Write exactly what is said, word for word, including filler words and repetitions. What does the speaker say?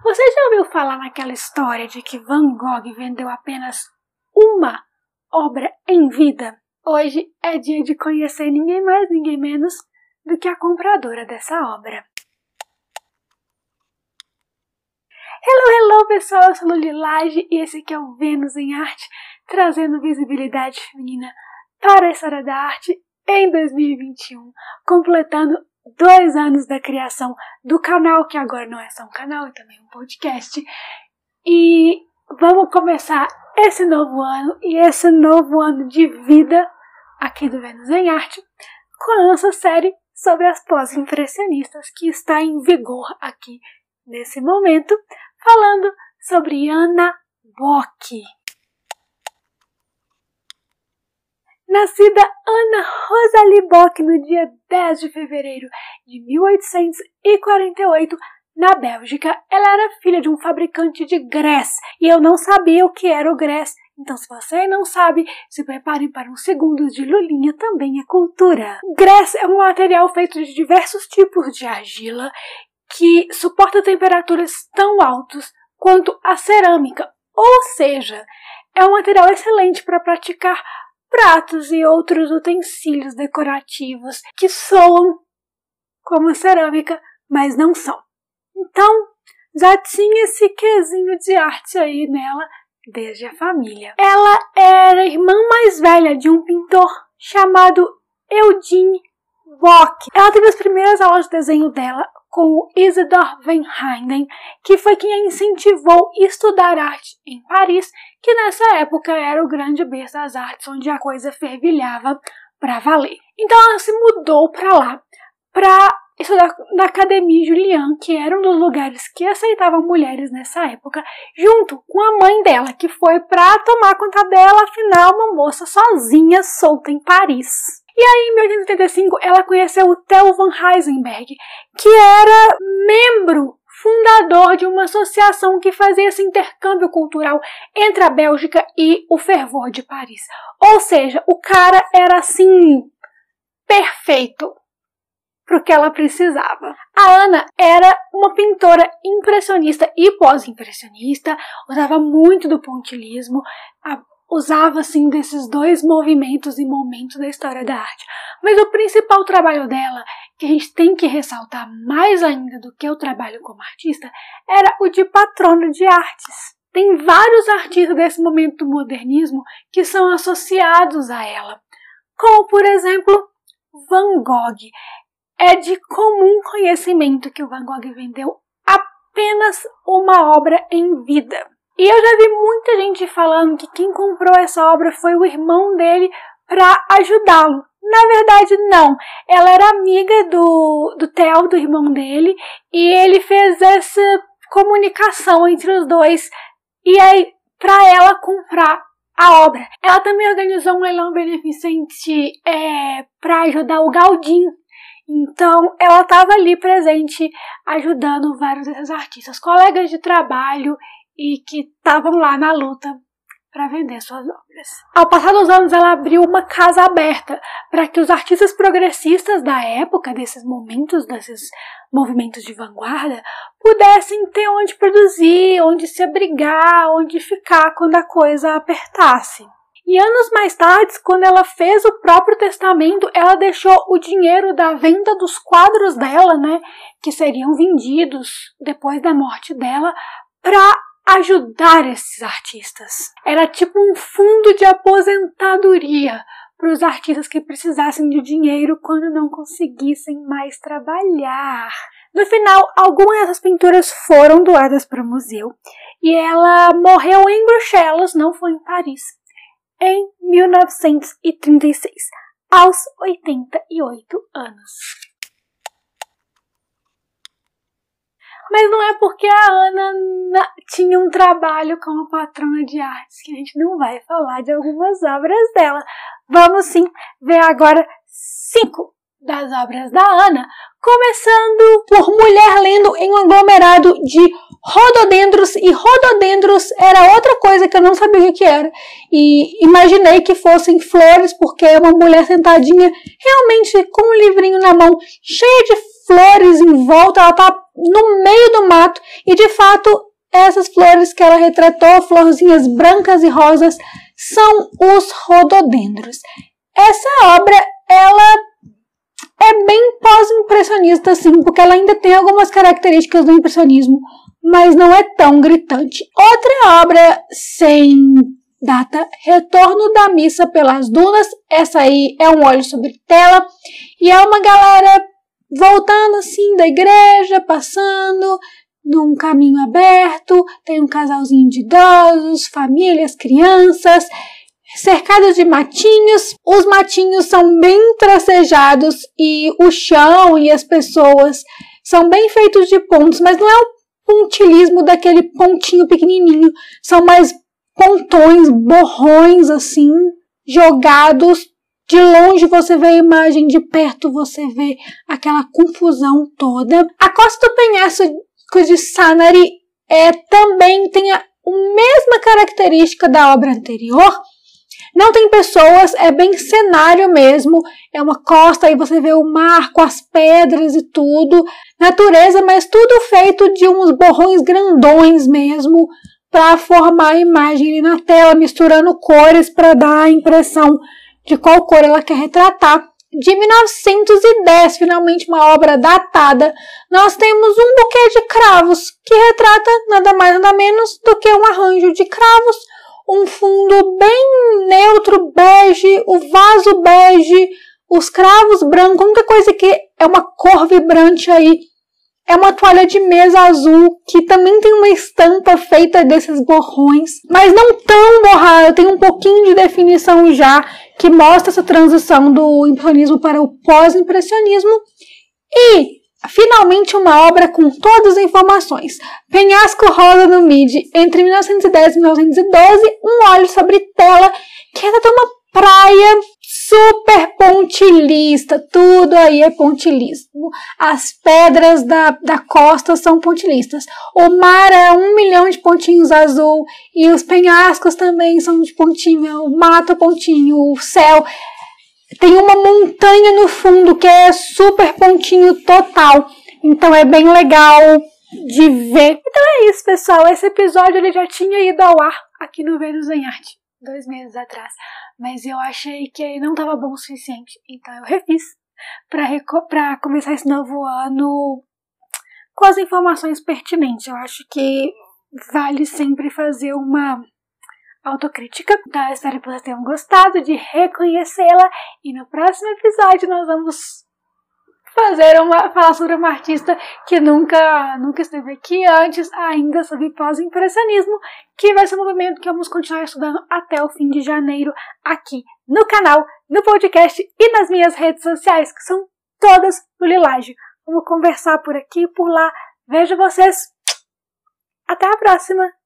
Você já ouviu falar naquela história de que Van Gogh vendeu apenas uma obra em vida? Hoje é dia de conhecer ninguém mais, ninguém menos do que a compradora dessa obra. Hello, hello pessoal, eu sou Luli Laje e esse aqui é o Vênus em Arte, trazendo visibilidade feminina para a história da arte em dois mil e vinte e um, completando dois anos da criação do canal, que agora não é só um canal, é também um podcast. E vamos começar esse novo ano e esse novo ano de vida aqui do Vênus em Arte com a nossa série sobre as pós-impressionistas, que está em vigor aqui nesse momento, falando sobre Anna Bock. Nascida Anna Rosalie Bock no dia dez de fevereiro de mil oitocentos e quarenta e oito, na Bélgica, ela era filha de um fabricante de grès, e eu não sabia o que era o grès, então se você não sabe, se prepare para um segundo de Lulinha, também é cultura. Grès é um material feito de diversos tipos de argila, que suporta temperaturas tão altas quanto a cerâmica, ou seja, é um material excelente para praticar pratos e outros utensílios decorativos que soam como cerâmica, mas não são. Então, já tinha esse quesinho de arte aí nela desde a família. Ela era irmã mais velha de um pintor chamado Eugene Bock. Ela teve as primeiras aulas de desenho dela com o Isidor van Heyden, que foi quem a incentivou a estudar arte em Paris, que nessa época era o grande berço das artes, onde a coisa fervilhava para valer. Então ela se mudou para lá, para estudar na Academia Julian, que era um dos lugares que aceitavam mulheres nessa época, junto com a mãe dela, que foi para tomar conta dela, afinal uma moça sozinha, solta em Paris. E aí, em mil oitocentos e oitenta e cinco, ela conheceu o Theo van Rysselberghe, que era membro fundador de uma associação que fazia esse intercâmbio cultural entre a Bélgica e o fervor de Paris. Ou seja, o cara era assim, perfeito para o que ela precisava. A Anna era uma pintora impressionista e pós-impressionista, usava muito do pontilhismo, a usava, assim, desses dois movimentos e momentos da história da arte. Mas o principal trabalho dela, que a gente tem que ressaltar mais ainda do que o trabalho como artista, era o de patrona de artes. Tem vários artistas desse momento do modernismo que são associados a ela, como, por exemplo, Van Gogh. É de comum conhecimento que o Van Gogh vendeu apenas uma obra em vida. E eu já vi muita gente falando que quem comprou essa obra foi o irmão dele para ajudá-lo. Na verdade, não. Ela era amiga do, do Theo, do irmão dele, e ele fez essa comunicação entre os dois, e aí para ela comprar a obra. Ela também organizou um leilão beneficente é, para ajudar o Gaudí. Então, ela estava ali presente, ajudando vários desses artistas, colegas de trabalho, e que estavam lá na luta para vender suas obras. Ao passar dos anos, ela abriu uma casa aberta para que os artistas progressistas da época, desses momentos, desses movimentos de vanguarda, pudessem ter onde produzir, onde se abrigar, onde ficar quando a coisa apertasse. E anos mais tarde, quando ela fez o próprio testamento, ela deixou o dinheiro da venda dos quadros dela, né, que seriam vendidos depois da morte dela, para ajudar esses artistas. Era tipo um fundo de aposentadoria para os artistas que precisassem de dinheiro quando não conseguissem mais trabalhar. No final, algumas dessas pinturas foram doadas para o museu e ela morreu em Bruxelas, não foi em Paris, em mil novecentos e trinta e seis, aos oitenta e oito anos. Mas não é porque a Anna tinha um trabalho como patrona de artes que a gente não vai falar de algumas obras dela. Vamos sim ver agora cinco das obras da Anna, começando por Mulher Lendo em um aglomerado de rododendros, e rododendros era outra coisa que eu não sabia o que era, e imaginei que fossem flores, porque é uma mulher sentadinha realmente com um livrinho na mão, cheia de flores em volta, ela tá no meio do mato, e de fato essas flores que ela retratou, florzinhas brancas e rosas, são os rododendros. Essa obra, ela é bem pós-impressionista, sim, porque ela ainda tem algumas características do impressionismo, mas não é tão gritante. Outra obra sem data, Retorno da Missa pelas Dunas. Essa aí é um óleo sobre tela, e é uma galera voltando assim da igreja, passando num caminho aberto, tem um casalzinho de idosos, famílias, crianças, cercados de matinhos. Os matinhos são bem tracejados e o chão e as pessoas são bem feitos de pontos, mas não é o pontilismo daquele pontinho pequenininho, são mais pontões, borrões assim, jogados. De longe você vê a imagem, de perto você vê aquela confusão toda. A costa do penhasco de Sanary é, também tem a, a mesma característica da obra anterior. Não tem pessoas, é bem cenário mesmo, é uma costa, aí você vê o mar com as pedras e tudo, natureza, mas tudo feito de uns borrões grandões mesmo, para formar a imagem ali na tela, misturando cores para dar a impressão de qual cor ela quer retratar. De mil novecentos e dez, finalmente uma obra datada, nós temos um buquê de cravos, que retrata nada mais nada menos do que um arranjo de cravos, um fundo bem neutro, bege, o vaso bege, os cravos brancos, a única coisa que é uma cor vibrante aí é uma toalha de mesa azul, que também tem uma estampa feita desses borrões, mas não tão borrada, tem um pouquinho de definição já, que mostra essa transição do impressionismo para o pós-impressionismo. E, finalmente, uma obra com todas as informações. Penhasco Rosa no Midi, entre mil novecentos e dez e mil novecentos e doze, um óleo sobre tela, que retrata uma praia super pontilhista, tudo aí é pontilismo. As pedras da, da costa são pontilistas. O mar é um milhão de pontinhos azul e os penhascos também são de pontinho, o mato pontinho, o céu. Tem uma montanha no fundo que é super pontinho total. Então é bem legal de ver. Então é isso, pessoal. Esse episódio ele já tinha ido ao ar aqui no Vênus em Arte, dois meses atrás. Mas eu achei que não estava bom o suficiente. Então eu refiz para começar esse novo ano com as informações pertinentes. Eu acho que vale sempre fazer uma autocrítica. Então eu espero que vocês tenham gostado de reconhecê-la. E no próximo episódio nós vamos fazer uma, falar sobre uma artista que nunca, nunca esteve aqui antes, ainda sobre pós-impressionismo, que vai ser um movimento que vamos continuar estudando até o fim de janeiro aqui no canal, no podcast e nas minhas redes sociais, que são todas no Lilage. Vamos conversar por aqui e por lá. Vejo vocês. Até a próxima!